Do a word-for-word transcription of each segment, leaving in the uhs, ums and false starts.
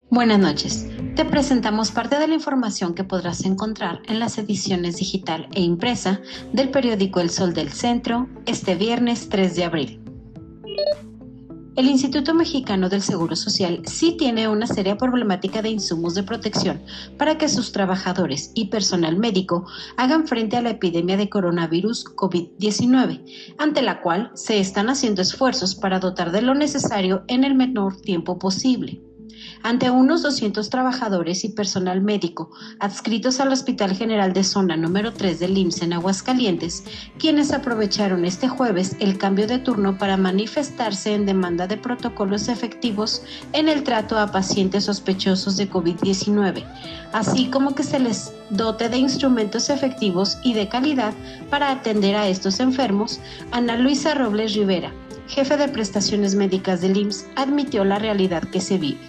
Buenas noches. Te presentamos parte de la información que podrás encontrar en las ediciones digital e impresa del periódico El Sol del Centro este viernes tres de abril. El Instituto Mexicano del Seguro Social sí tiene una seria problemática de insumos de protección para que sus trabajadores y personal médico hagan frente a la epidemia de coronavirus COVID diecinueve, ante la cual se están haciendo esfuerzos para dotar de lo necesario en el menor tiempo posible. Ante unos doscientos trabajadores y personal médico adscritos al Hospital General de Zona número tres del I M S S en Aguascalientes, quienes aprovecharon este jueves el cambio de turno para manifestarse en demanda de protocolos efectivos en el trato a pacientes sospechosos de COVID diecinueve, así como que se les dote de instrumentos efectivos y de calidad para atender a estos enfermos. Ana Luisa Robles Rivera, jefe de prestaciones médicas del I M S S, admitió la realidad que se vive.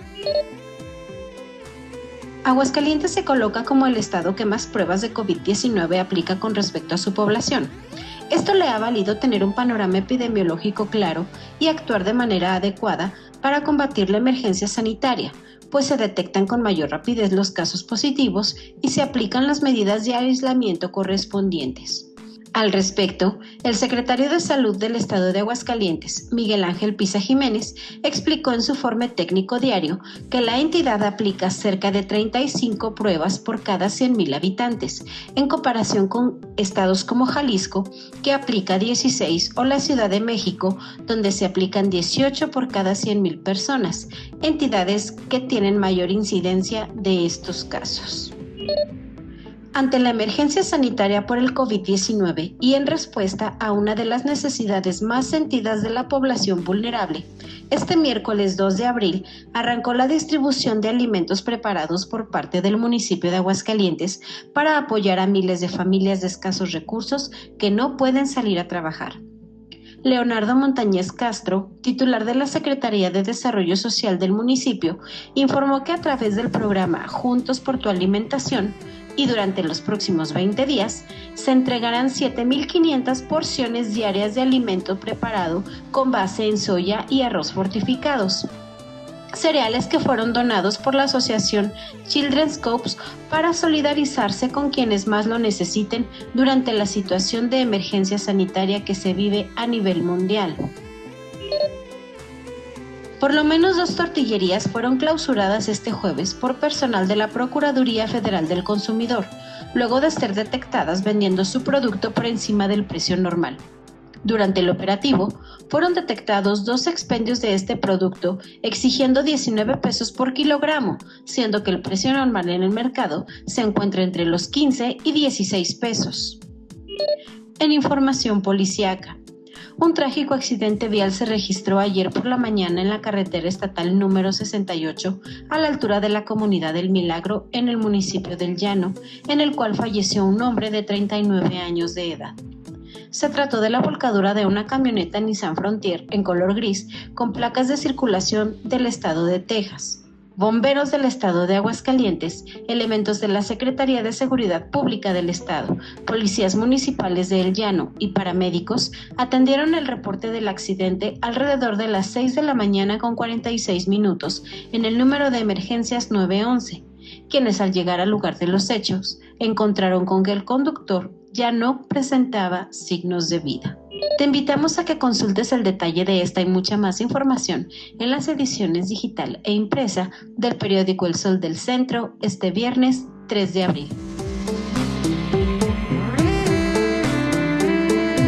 Aguascalientes se coloca como el estado que más pruebas de COVID diecinueve aplica con respecto a su población. Esto le ha valido tener un panorama epidemiológico claro y actuar de manera adecuada para combatir la emergencia sanitaria, pues se detectan con mayor rapidez los casos positivos y se aplican las medidas de aislamiento correspondientes. Al respecto, el secretario de Salud del Estado de Aguascalientes, Miguel Ángel Pisa Jiménez, explicó en su informe técnico diario que la entidad aplica cerca de treinta y cinco pruebas por cada cien mil habitantes, en comparación con estados como Jalisco, que aplica dieciséis, o la Ciudad de México, donde se aplican dieciocho por cada cien mil personas, entidades que tienen mayor incidencia de estos casos. Ante la emergencia sanitaria por el COVID diecinueve y en respuesta a una de las necesidades más sentidas de la población vulnerable, este miércoles dos de abril arrancó la distribución de alimentos preparados por parte del municipio de Aguascalientes para apoyar a miles de familias de escasos recursos que no pueden salir a trabajar. Leonardo Montañez Castro, titular de la Secretaría de Desarrollo Social del municipio, informó que a través del programa Juntos por tu Alimentación, y durante los próximos veinte días, se entregarán siete mil quinientas porciones diarias de alimento preparado con base en soya y arroz fortificados, cereales que fueron donados por la asociación Children's Coops para solidarizarse con quienes más lo necesiten durante la situación de emergencia sanitaria que se vive a nivel mundial. Por lo menos dos tortillerías fueron clausuradas este jueves por personal de la Procuraduría Federal del Consumidor, luego de ser detectadas vendiendo su producto por encima del precio normal. Durante el operativo, fueron detectados dos expendios de este producto exigiendo diecinueve pesos por kilogramo, siendo que el precio normal en el mercado se encuentra entre los quince y dieciséis pesos. En información policíaca, un trágico accidente vial se registró ayer por la mañana en la carretera estatal número sesenta y ocho, a la altura de la comunidad del Milagro, en el municipio del Llano, en el cual falleció un hombre de treinta y nueve años de edad. Se trató de la volcadura de una camioneta Nissan Frontier en color gris con placas de circulación del estado de Texas. Bomberos del estado de Aguascalientes, elementos de la Secretaría de Seguridad Pública del estado, policías municipales de El Llano y paramédicos atendieron el reporte del accidente alrededor de las seis de la mañana con cuarenta y seis minutos en el número de emergencias nueve once, quienes al llegar al lugar de los hechos encontraron con que el conductor ya no presentaba signos de vida. Te invitamos a que consultes el detalle de esta y mucha más información en las ediciones digital e impresa del periódico El Sol del Centro este viernes tres de abril.